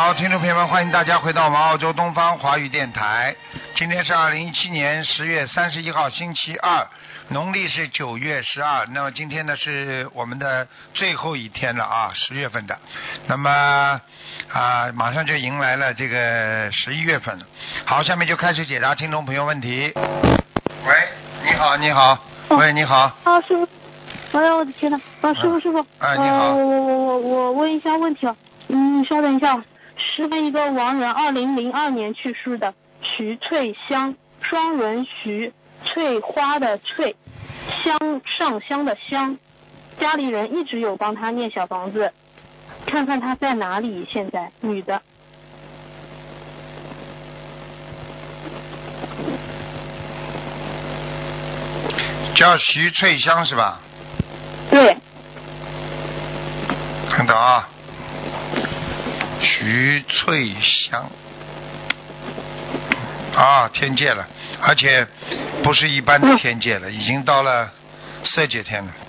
好，听众朋友们，欢迎大家回到我们澳洲东方华语电台。今天是2017年10月31号，星期二，农历是9月12。那么今天呢是我们的最后一天了啊，10月份的。那么马上就迎来了这个11月份了。好，下面就开始解答听众朋友问题。喂，你好，你好。喂，你好。 啊，师傅。哎呀，我的天呐！师傅，师傅。 你好。 我问一下问题啊。你稍等一下。是一个亡人，2002年去世的徐翠香，双人徐，翠花的翠，香上香的香。家里人一直有帮他念小房子，看看他在哪里。现在女的。 叫徐翠香是吧？ 对。 看到啊。徐翠香啊，天界了，而且不是一般的天界了，已经到了色界天了。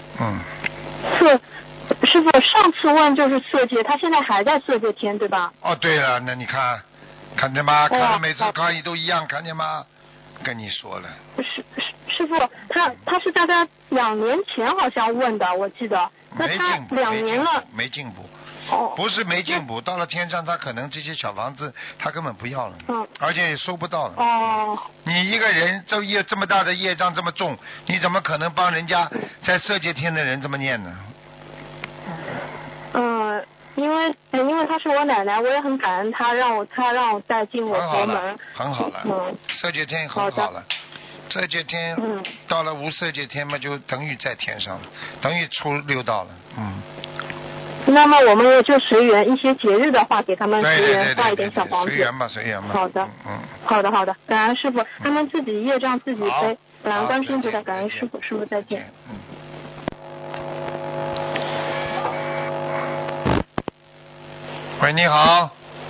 师傅上次问就是色界，他现在还在色界天对吧？ 哦，对了，那你看见吗？看到每次看都一样，看见吗？跟你说了。 师傅，他是大概2年前好像问的，我记得。那他2年了。 没进步。不是没进步，到了天上他可能这些小房子他根本不要了，而且也收不到了。你一个人这么大的业障这么重，你怎么可能帮人家在色界天的人这么念呢？ 因为他是我奶奶，我也很感恩他让我带进我佛门。 很好了。色界天很好了。色界天到了无色界天嘛，就等于在天上了，等于出6道了。 那么我们也就随缘，一些节日的话给他们随缘画一点小房子。 随缘吧，随缘吧。 好的。好的，感恩师傅，他们自己业障自己背，感恩观世音菩萨，感恩师傅，师傅再见。 喂，你好。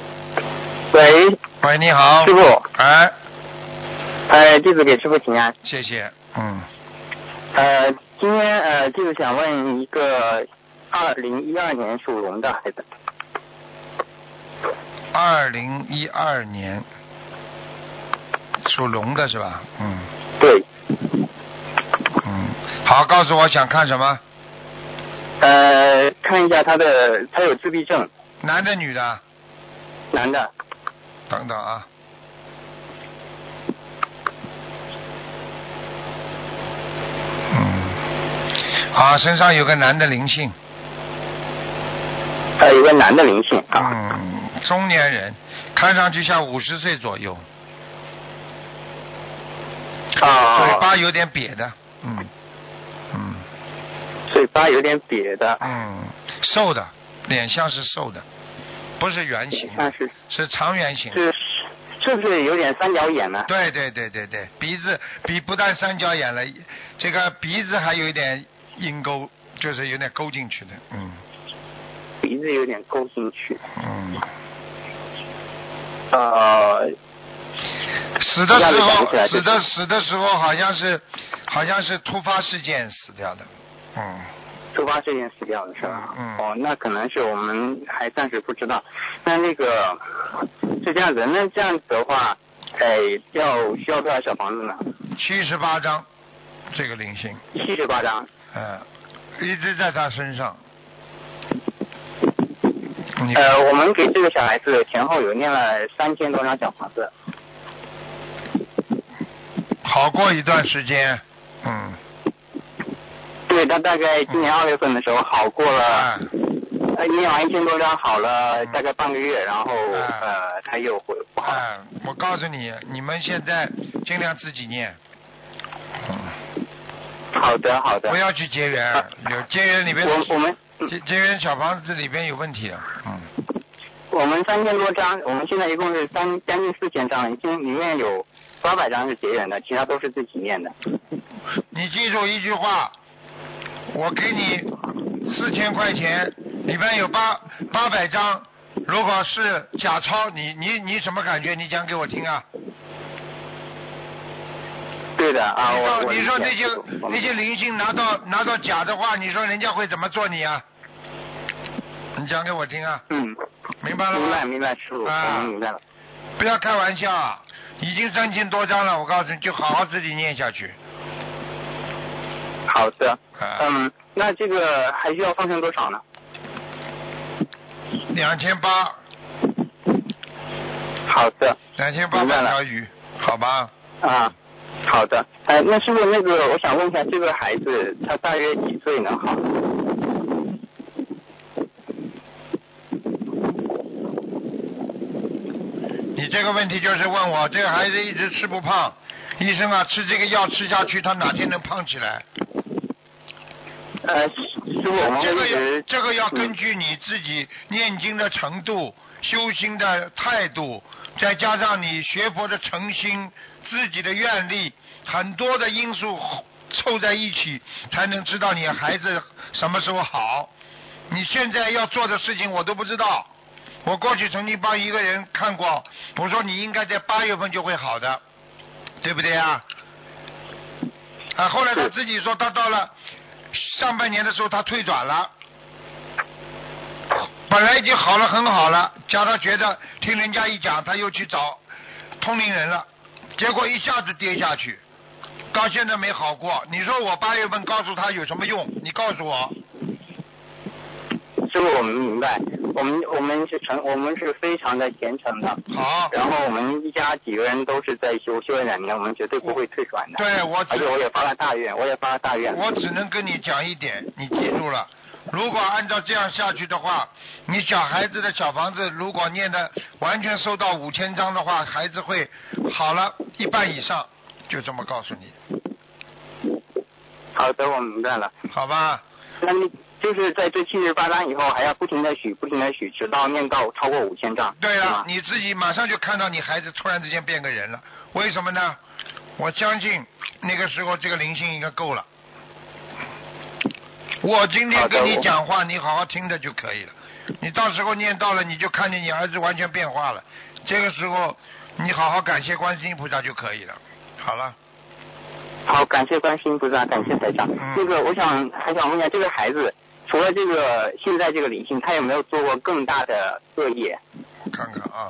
喂， 你好。 师傅。弟子给师傅请安。 谢谢。 今天就是想问一个2012年属龙的孩子。 2012年属龙的是吧？ 对。 好，告诉我想看什么？ 看一下他有自闭症。 男的女的？ 男的。 等等啊。身上有个男的灵性。 有个男的灵性啊。 中年人，看上去像50岁左右。嘴巴有点瘪的。 嘴巴有点瘪的。 瘦的，脸像是瘦的，不是圆形，是长圆形。 是不是有点三角眼呢？ 对，鼻子不但三角眼了，这个鼻子还有一点阴沟，就是有点勾进去的。 鼻子有点勾进去。 死的时候好像是突发事件死掉的。 突发事件死掉的是吧？那可能是我们还暂时不知道。那个是这样子，那这样子的话，需要多少小房子呢 ？78张，这个灵性。 78张。 一直在他身上。 我们给这个小孩子前后有念了3000多张小房子。 好过一段时间。 对，他大概今年2月份的时候好过了，念完1000多张好了，大概半个月，然后他又回不好。 我告诉你，你们现在尽量自己念。 好的。 不要去结缘，有结缘里边我们结缘小房子里边有问题的。 我们3000多张，我们现在一共是将近4000张，已经里面有800张是结缘的，其他都是自己念的。 你记住一句话，我给你4000块钱，里边有800张，如果是假钞，你什么感觉？你讲给我听啊。 对的啊， 你说那些灵性拿到假的话，你说人家会怎么做你啊？ 你讲给我听啊。明白了吗？ 明白，师傅，我明白了。 不要开玩笑，已经3000多张了，我告诉你，就好好自己念下去。 好的。那这个还需要放生多少呢 ？2800。 好的。 2800条鱼，好吧？ 好的。那师傅，那个我想问一下，这个孩子他大约几岁能好？ 你这个问题就是问我，这个孩子一直吃不胖，医生啊，吃这个药吃下去，他哪天能胖起来？ 师傅， 这个要根据你自己念经的程度、修心的态度，再加上你学佛的诚心、自己的愿力，很多的因素凑在一起，才能知道你孩子什么时候好。你现在要做的事情我都不知道。我过去曾经帮一个人看过，我说你应该在8月份就会好的，对不对啊？后来他自己说他到了上半年的时候他退转了，本来已经好了很好了，叫他觉得听人家一讲他又去找通灵人了，结果一下子跌下去，到现在没好过。你说我8月份告诉他有什么用？你告诉我。 师傅，我们明白，我们是非常的虔诚的。 好。 然后我们一家几个人都是在修了2年，我们绝对不会退转的。 对， 而且我也发了大愿， 我只能跟你讲一点，你记住了。如果按照这样下去的话，你小孩子的小房子如果念的完全收到5000张的话，孩子会好了1半以上，就这么告诉你。 好的，我明白了。 好吧。 那你就是在这78章以后，还要不停的许，直到念到超过5000章。 对了，你自己马上就看到你孩子突然之间变个人了，为什么呢？我相信那个时候这个灵性应该够了。我今天跟你讲话，你好好听着就可以了。你到时候念到了，你就看见你儿子完全变化了。这个时候你好好感谢观世音菩萨就可以了。好了。 好，感谢观世音菩萨，感谢台长。那个还想问一下，这个孩子除了这个现在这个灵性，他有没有做过更大的恶业？ 看看啊。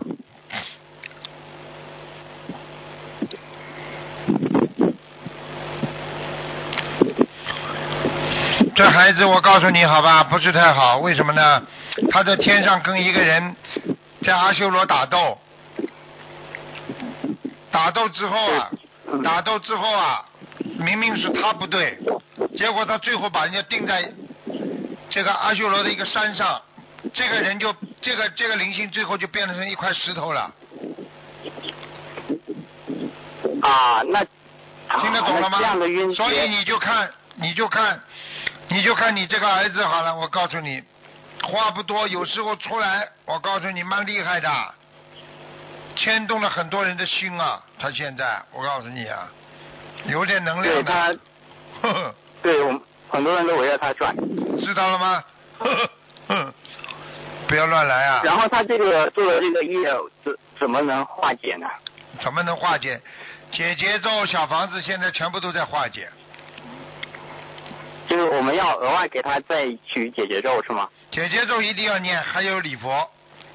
这孩子我告诉你好吧，不是太好，为什么呢？他在天上跟一个人在阿修罗打斗之后啊，明明是他不对，结果他最后把人家钉在这个阿修罗的一个山上，这个人就这个灵性最后就变成一块石头了。 那听得懂了吗？ 这样的冤结， 所以你就看你这个儿子好了，我告诉你，话不多，有时候出来，我告诉你蛮厉害的，牵动了很多人的心啊。他现在，我告诉你啊，有点能量的。 对他，对我们很多人都围着他转。 知道了吗？不要乱来啊！ 然后他这个做的这个业怎么能化解呢？ 怎么能化解？解节奏小房子现在全部都在化解。 就是我们要额外给他再取解节奏是吗？ 解节奏一定要念，还有礼佛。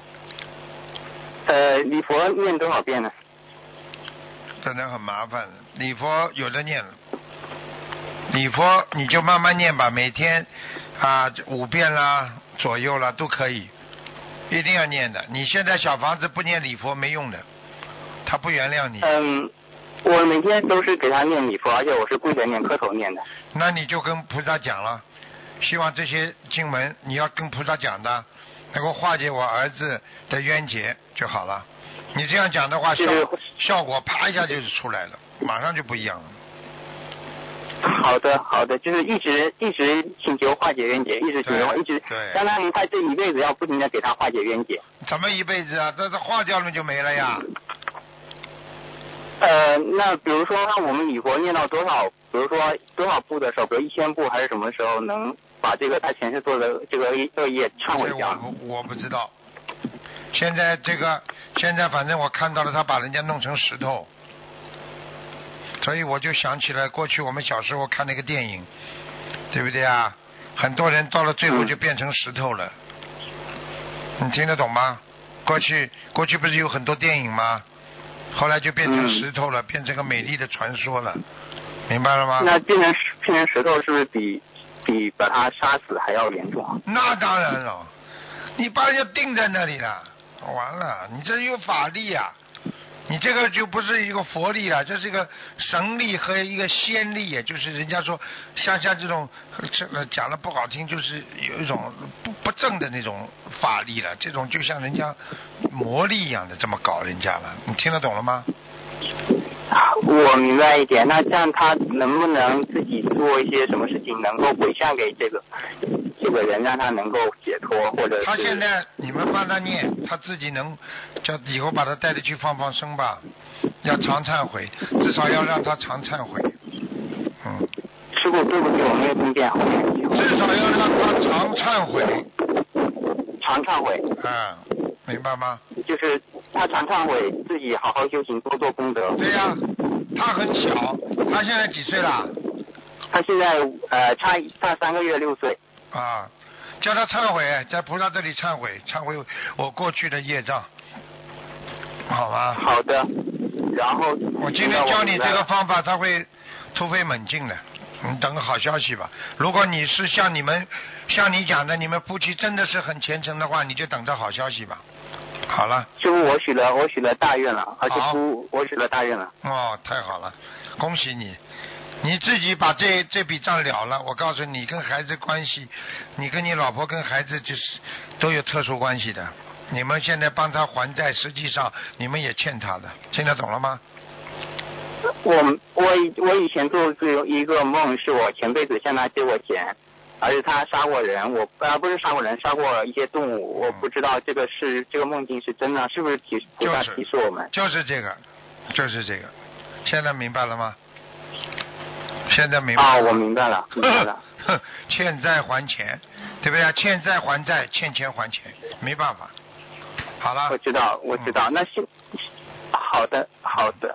礼佛念多少遍呢？ 真的很麻烦，礼佛有的念了。礼佛你就慢慢念吧，每天5遍啦左右啦都可以，一定要念的。你现在小房子不念礼佛没用的，他不原谅你。 我每天都是给他念礼佛，而且我是跪着念磕头念的。 那你就跟菩萨讲了，希望这些经文你要跟菩萨讲的，能够化解我儿子的冤结就好了。你这样讲的话，效果啪一下就是出来了，马上就不一样了。 好的，就是一直请求化解冤结，一直相当于他这一辈子要不停的给他化解冤结。 怎么一辈子啊？这化掉了就没了呀。 那比如说我们礼佛念到多少，比如说多少步的时候，比如1000步还是什么时候能把这个他前世做的这个恶业忏悔掉？ 我不知道。现在反正我看到了他把人家弄成石头，所以我就想起来过去我们小时候看那个电影，对不对啊？很多人到了最后就变成石头了。 你听得懂吗？过去不是有很多电影吗？后来就变成石头了，变成个美丽的传说了，明白了吗？ 那变成石头是不是比把他杀死还要严重啊？ 那当然了，你把人家钉在那里了，完了，你这有法力啊！你这个就不是一个佛力了，这是一个神力和一个仙力，就是人家说像这种讲的不好听，就是有一种不正的那种法力了，这种就像人家魔力一样的这么搞人家了，你听得懂了吗？ 我明白一点，那这样他能不能自己做一些什么事情，能够回向给这个人，让他能够解脱，或者是？ 他现在你们帮他念，他自己能叫以后把他带着去放生吧，要常忏悔，至少要让他常忏悔。 师傅，对不起，我没有听见。 至少要让他常忏悔。 常忏悔。 明白吗？ 就是他常忏悔，自己好好修行，多做功德。 对呀，他很小，他现在几岁了？ 他现在差3个月6岁。 叫他忏悔，在菩萨这里忏悔我过去的业障，好吧？ 好的。然后我今天教你这个方法，他会突飞猛进的。你等个好消息吧。如果你是像你讲的，你们夫妻真的是很虔诚的话，你就等着好消息吧。好了。 师傅，我许了大愿了，而且我许了大愿了。 太好了，恭喜你。你自己把这笔账了了，我告诉你，跟孩子关系，你跟你老婆跟孩子就是都有特殊关系的。你们现在帮他还债，实际上你们也欠他的，听得懂了吗？ 我以前做过一个梦，是我前辈子向他借过钱，而且他杀过人，不是杀过人，杀过一些动物，我不知道这个梦境是真的，是不是菩萨提示我们？ 就是这个，现在明白了吗？现在明白了。 我明白了。 欠债还钱，对不对？欠债还债，欠钱还钱，没办法。好了。 我知道。那好的。好的，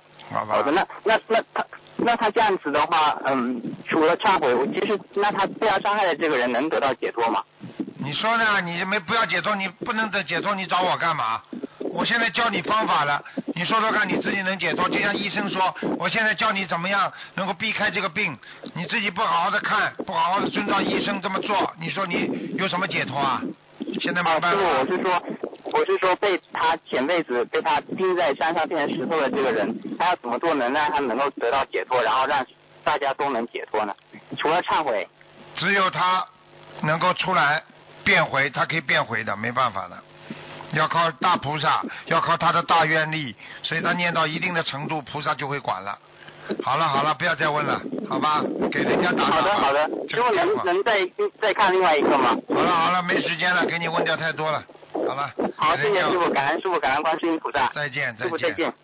那他这样子的话，除了忏悔，其实那他被他伤害的这个人能得到解脱吗？ 你说呢？你不要解脱，你不能得解脱，你找我干嘛？我现在教你方法了，你说说看，你自己能解脱？就像医生说，我现在教你怎么样能够避开这个病，你自己不好好的看，不好好的遵照医生这么做，你说你有什么解脱啊？现在明白了吗？ 我是说被他前辈子被他钉在山上变成石头的这个人，他要怎么做能让他能够得到解脱，然后让大家都能解脱呢？除了忏悔， 只有他能够出来变回，他可以变回的，没办法的，要靠大菩萨，要靠他的大愿力，所以他念到一定的程度，菩萨就会管了。好了，不要再问了，好吧？给人家打。 好的。师傅能再看另外一个吗？ 好了，没时间了，给你问掉太多了。好了。 好，谢谢师傅，感恩师傅，感恩观世音菩萨。 再见。 师傅再见。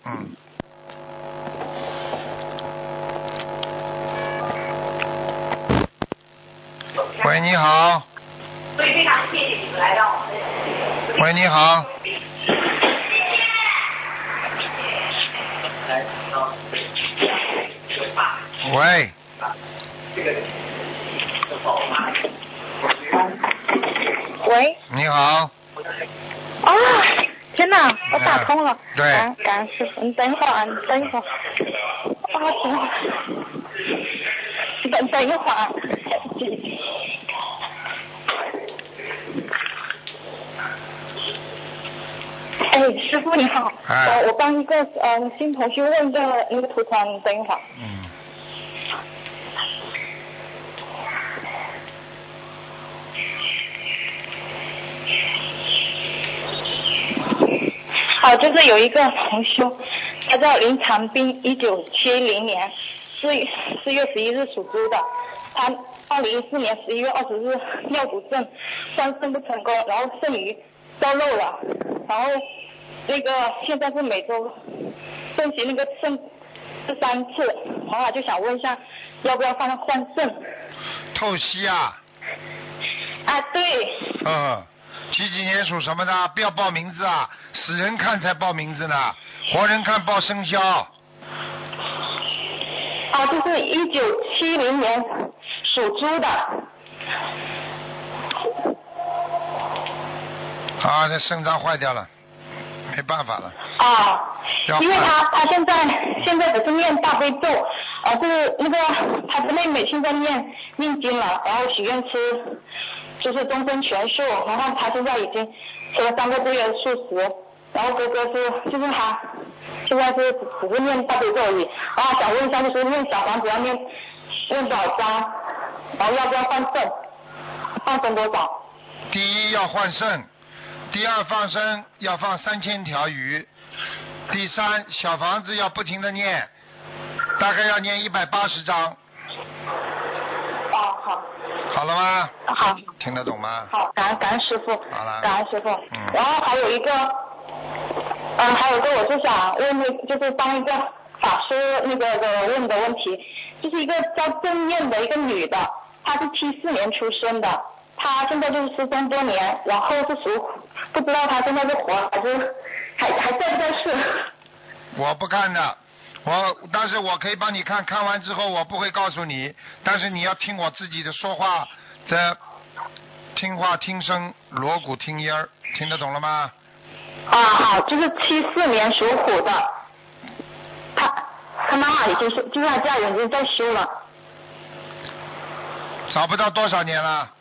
喂，你好。 所以非常谢谢你们来到我们。 喂，你好。喂。 喂。 你好。 天哪，我打通了。 对。 感恩师傅，你等一会儿。天哪，等一会儿。师傅你好。我帮一个新同学问个那个图腾，你等一会儿。就是有一个同修，他叫林长斌，1970年4月11日属猪的，他2014年11月20日尿毒症换肾不成功，然后肾盂造漏了，然后那个现在是每周肾行那个肾是3次，然后我就想问一下，要不要帮他换肾？ 透析啊？ 对。 几年属什么的？不要报名字啊！死人看才报名字呢，活人看报生肖。 就是1970年属猪的。 啊，这肾脏坏掉了，没办法了。 啊，因为他现在只是念大悲咒，就是那个他的妹妹现在念经了，然后许愿吃就是终身全素，然后他现在已经吃了3个多月素食，然后哥哥就是他现在是只是念大悲咒而已，然后想问一下就是念小房子要念多少张，然后要不要换肾，放生多少？ 第一要换肾，第二放生要放3000条鱼，第三小房子要不停的念，大概要念180章。 哦，好。 好了吗？ 好。 听得懂吗？ 好，感恩师傅。 好了。 感恩师傅。然后还有一个，我是想问就是帮一个法师问的问题，就是一个叫郑燕的一个女的，她是74年出生的，她现在就是失踪多年，然后是属虎，不知道她现在是活还是还在不在世？ 我不看的。但是我可以帮你看，看完之后我不会告诉你，但是你要听我自己的说话，这听话听声，锣鼓听音儿，听得懂了吗？ 好，就是74年属虎的，他妈妈已经是，就是他家人已经在修了。 找不到多少年了？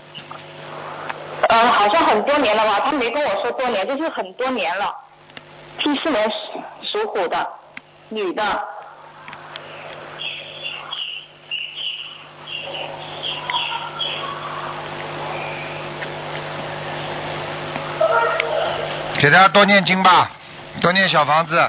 好像很多年了吧，他没跟我说多年，就是很多年了。74年属虎的。女的， 给他多念经吧，多念小房子。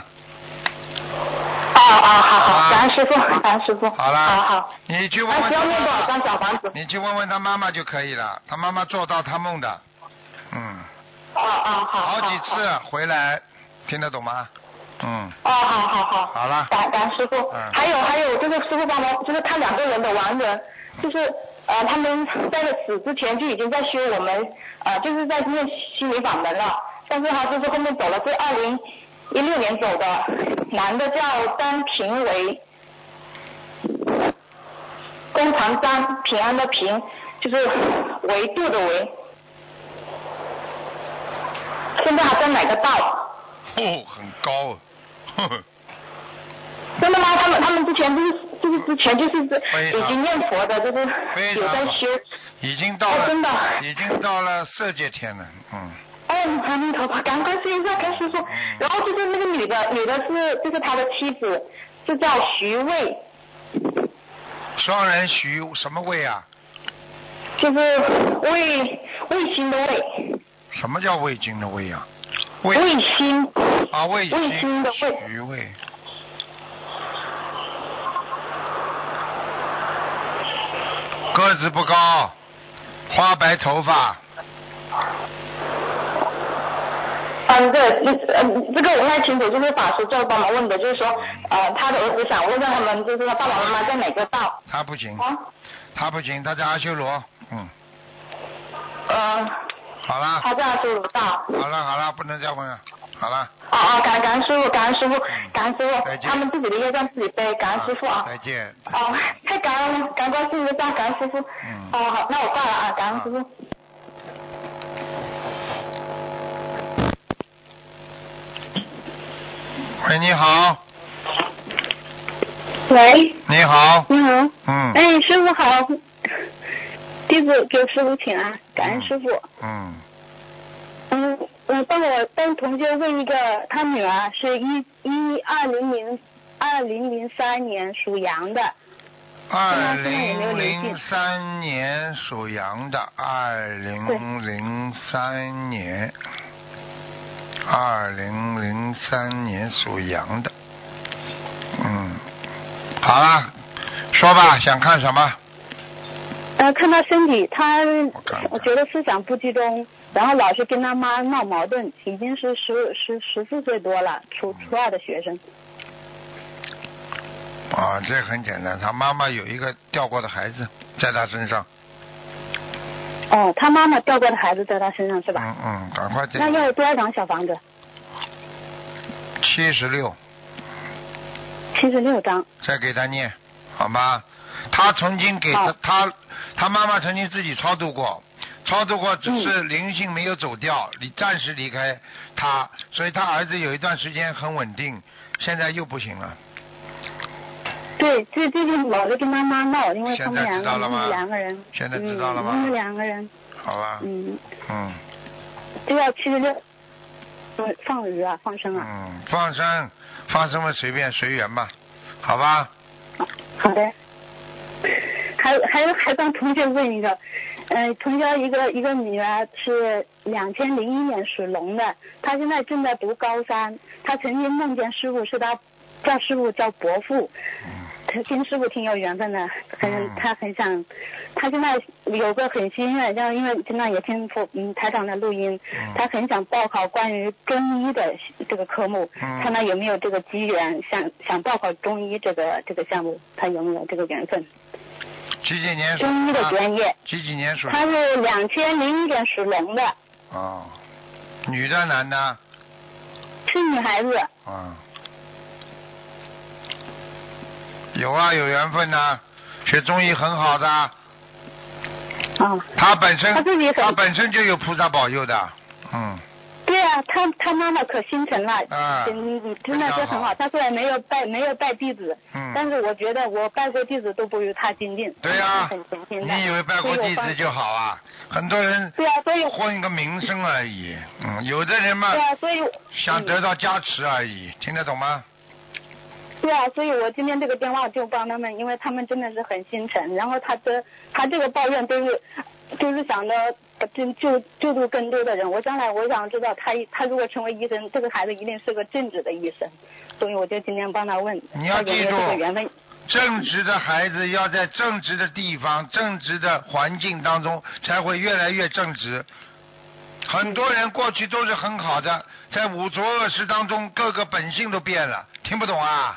好，感恩师傅，感恩师傅。 好了， 好。 你去问问。 需要念多少张小房子？ 你去问问他妈妈就可以了，他妈妈做到他梦的， 好。 好几次回来，听得懂吗？ 好。 好了。 感恩师傅。还有，就是师傅帮忙，就是他2个人的亡人，就是他们在死之前就已经在修我们就是在念心灵法门了，但是他就是后面走了，是2016年走的，男的叫张平维，弓长张，平安的平，就是维度的维。现在还在哪个道？ 很高。 真的吗？他们之前就是已经念佛的，就是有在修， 已经到了， 真的， 已经到了色界天了， 阿弥陀佛，赶快试一下，看师傅。然后就是那个女的是就是他的妻子，是叫徐卫。 双人徐什么卫啊？ 就是卫星的卫。 什么叫卫星的卫啊？ 卫星。 卫星的卫。 徐卫。个子不高，花白头发。 对，这个我不太清楚，就是法师就帮忙问的，就是说，他的儿子想问问他们，就是他爸爸妈妈在哪个道？ 他不行，他不行，他在阿修罗，好了。 他在阿修罗道。 好了，不能再问了，好了。 感恩师傅，感恩师傅， 再见。 他们自己的业障自己背，感恩师傅啊。 再见。 太感恩，感恩师傅，感恩师傅。好，那我挂了啊，感恩师傅。 喂，你好。 喂。 你好。 你好。师傅好，弟子给师傅请安，感恩师傅。帮同学问一个，他女儿是2003年属羊的。 2003年属羊的，2003年属羊的，好了，说吧，想看什么？ 看他身体，我觉得思想不集中，然后老是跟他妈闹矛盾，已经是14岁多了，初2的学生。 这很简单，他妈妈有一个掉过的孩子在他身上。 他妈妈掉过的孩子在他身上是吧？ 赶快。 那要多少张小房子 ？76 张。 再给他念，好吗？他曾经给他妈妈曾经自己超度过， 超度过只是灵性没有走掉，你暂时离开他，所以他儿子有一段时间很稳定，现在又不行了。 对，最近老是跟妈妈闹，因为他们两个人。 现在知道了吗？ 他们两个人。 好吧。 就要76放鱼啊，放生啊。 放生嘛，随缘吧，好吧。 好的。还帮同学问一个，同学一个女儿是2001年属龙的，她现在正在读高3，她曾经梦见师傅，是她叫师傅叫伯父，她跟师傅挺有缘分的，她很想，她现在有个很心愿，因为经常也听台长的录音，她很想报考关于中医的这个科目，看她有没有这个机缘，想报考中医这个项目，她有没有这个缘分？ 几年属中医的专业？ 几年属？ 她是2001年属龙的。 哦，女的男的？ 是女孩子。 有缘分呐，学中医很好的。他本身就有菩萨保佑的。 对啊，他妈妈可心诚了。你真的是很好。他虽然没有拜弟子，但是我觉得我拜过弟子都不如他精进。 对啊，你以为拜过弟子就好啊？很多人对啊，所以混一个名声而已。有的人嘛， 对啊，所以想得到加持而已，听得懂吗？ 对啊，所以我今天这个电话就帮他们，因为他们真的是很心诚，然后他这个抱怨都是想着救助更多的人。我将来我想知道他如果成为医生，这个孩子一定是个正直的医生，所以我就今天帮他问。 你要记住，正直的孩子要在正直的地方、正直的环境当中才会越来越正直。很多人过去都是很好的，在五浊恶世当中，各个本性都变了，听不懂啊？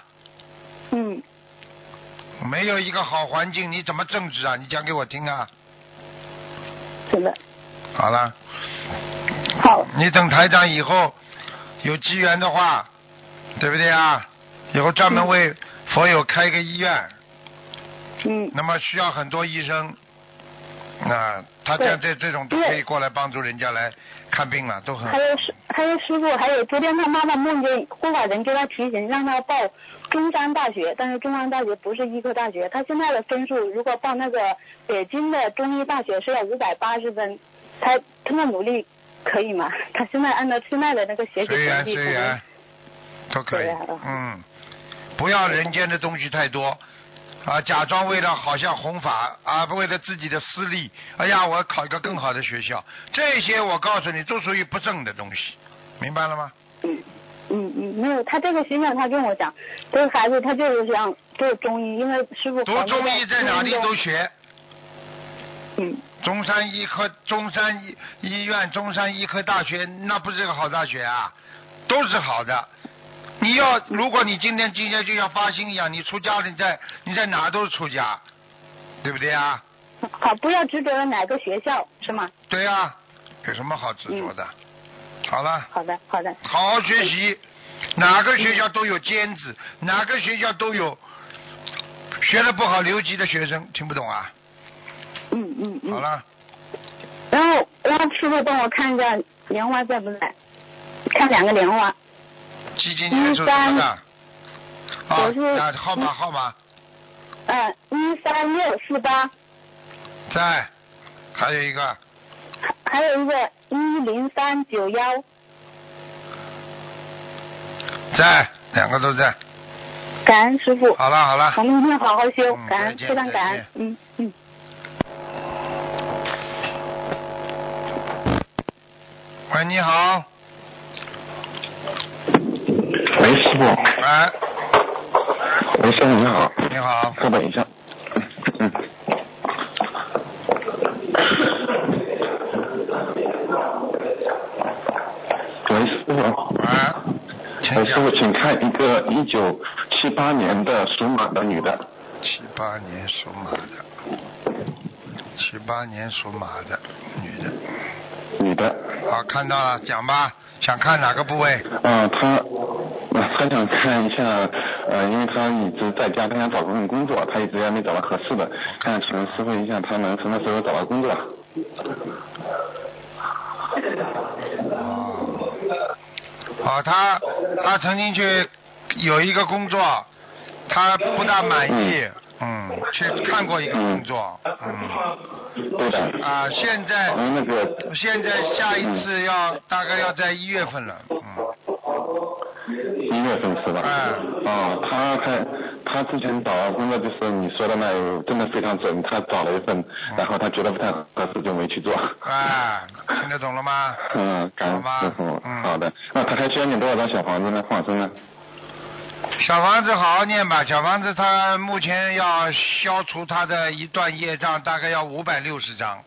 没有一个好环境，你怎么正直啊？你讲给我听啊！ 是的。 好了。 好。 你等台长以后有机缘的话，对不对啊？以后专门为佛友开一个医院。那么需要很多医生，他这种都可以过来帮助人家来看病了，都很好。 还有师傅，还有昨天他妈妈梦见护法人给他提醒，让他报中山大学，但是中山大学不是医科大学，他现在的分数如果报那个北京的中医大学是要580分，他的努力可以吗？他现在按照现在的那个学习成绩， 随缘都可以。不要人间的东西太多。假装为了好像弘法为了自己的私利，我要考一个更好的学校，这些我告诉你都属于不正的东西，明白了吗？ 没有，他这个学校他跟我讲，这个孩子他就是想做中医，因为师傅读中医在哪里都学。中山医院、中山医科大学，那不是个好大学啊，都是好的。如果你今天就像发心一样，你出家了，你在哪都是出家，对不对啊？ 好，不要执着哪个学校，是吗？ 对啊，有什么好执着的？好了。 好的。 好好学习，哪个学校都有尖子，哪个学校都有学得不好留级的学生，听不懂啊？好了。 然后师傅帮我看一下莲花在不在？看2个莲花。 几年属什么的？ 我是号码。 13648。 在，还有一个。 还有一个10391。 在，2个都在。 感恩师傅。 好了。 我们一定好好修，感恩，非常感恩。 喂，你好。 喂，师傅。喂，师傅你好。 你好。 稍等一下。喂，师傅。师傅，请看一个1978年的属马的女的。 78年属马的女的。好，看到了，讲吧，想看哪个部位？ 他想看一下，因为他一直在家，他想找份工作，他一直也没找到合适的，看请师傅一下，他能什么时候找到工作？ 他曾经去有一个工作，他不大满意，去看过一个工作， 对的。 现在下一次大概要在1月份了 1月份是吧？他之前找工作就是你说的那真的非常准，他找了一份，然后他觉得不太合适就没去做。 听得懂了吗？ 感恩师傅。好的，那他还需要念多少张小房子呢？放生呢？ 小房子好好念吧，小房子他目前要消除他的一段业障，大概要560张。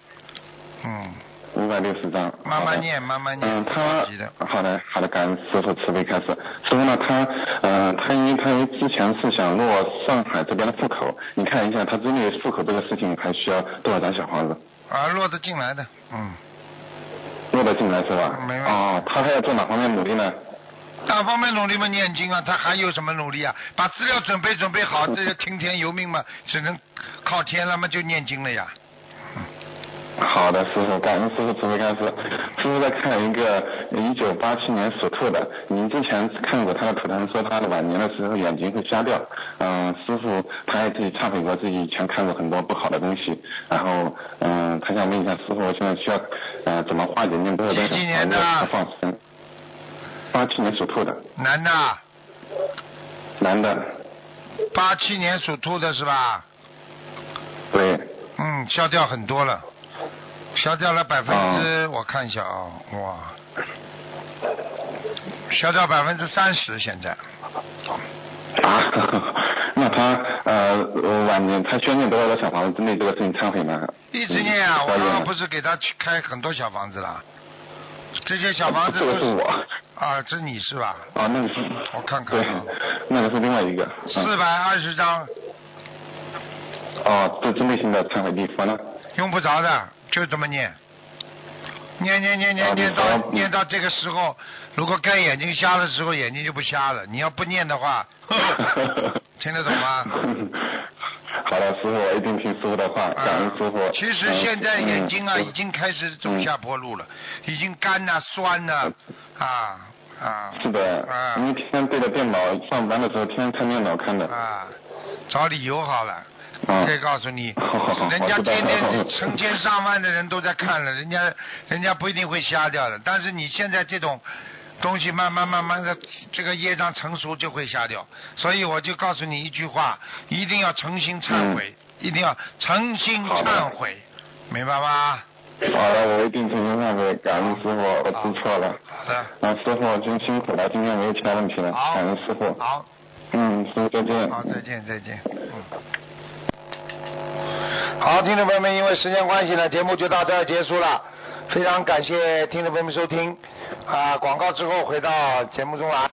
560张。 慢慢念，慢慢念。 好的，感恩师傅慈悲开始。师傅呢，他因为他之前是想落上海这边的户口，你看一下他针对户口这个事情还需要多少张小房子？ 落得进来的， 落得进来是吧？ 没问题。 他还要做哪方面努力呢？ 哪方面努力嘛？念经啊，他还有什么努力啊？把资料准备好，这个听天由命嘛，只能靠天了嘛，就念经了呀。 好的，师傅，感恩师傅慈悲开示。师傅在看一个1987年属兔的，您之前看过他的图腾，说他的晚年的时候眼睛会瞎掉。师傅他还自己忏悔过，自己以前看过很多不好的东西，然后他想问一下师傅，我现在需要怎么化解念多少张小房子和放生？87年属兔的。 男的。 男的。 87年属兔的是吧？ 对。 消掉很多了。消掉了我看一下哇，消掉30%现在。 那他晚年他需要念多少个小房子针对这个事情忏悔呢？ 一直念啊，我刚刚不是给他去开很多小房子了，这些小房子这个是我。 这是你是吧？ 那个是。 我看看。 对，那个是另外一个。 420张。 这针对性的忏悔礼佛呢？ 用不着的，就这么念。念到这个时候，如果该眼睛瞎的时候，眼睛就不瞎了。你要不念的话，听得懂吗？ 好的，师傅，我一定听师傅的话，感恩师傅。 其实现在眼睛已经开始走下坡路了，已经干酸是的，因为天天对着电脑上班的时候，天天看电脑看的。 找理由好了。可以告诉你，人家天天成千上万的人都在看了，人家不一定会瞎掉的。但是你现在这种东西慢慢的，这个业障成熟就会瞎掉。所以我就告诉你一句话，一定要诚心忏悔，一定要诚心忏悔，明白吗？ 好的，我一定诚心忏悔，感恩师傅，我知错了。 好的。 师傅真辛苦了，今天没有其他问题了，感恩师傅。 好。 师傅再见。 好，再见。好，听众朋友们，因为时间关系呢，节目就到这儿结束了。非常感谢听众朋友们收听，广告之后回到节目中来。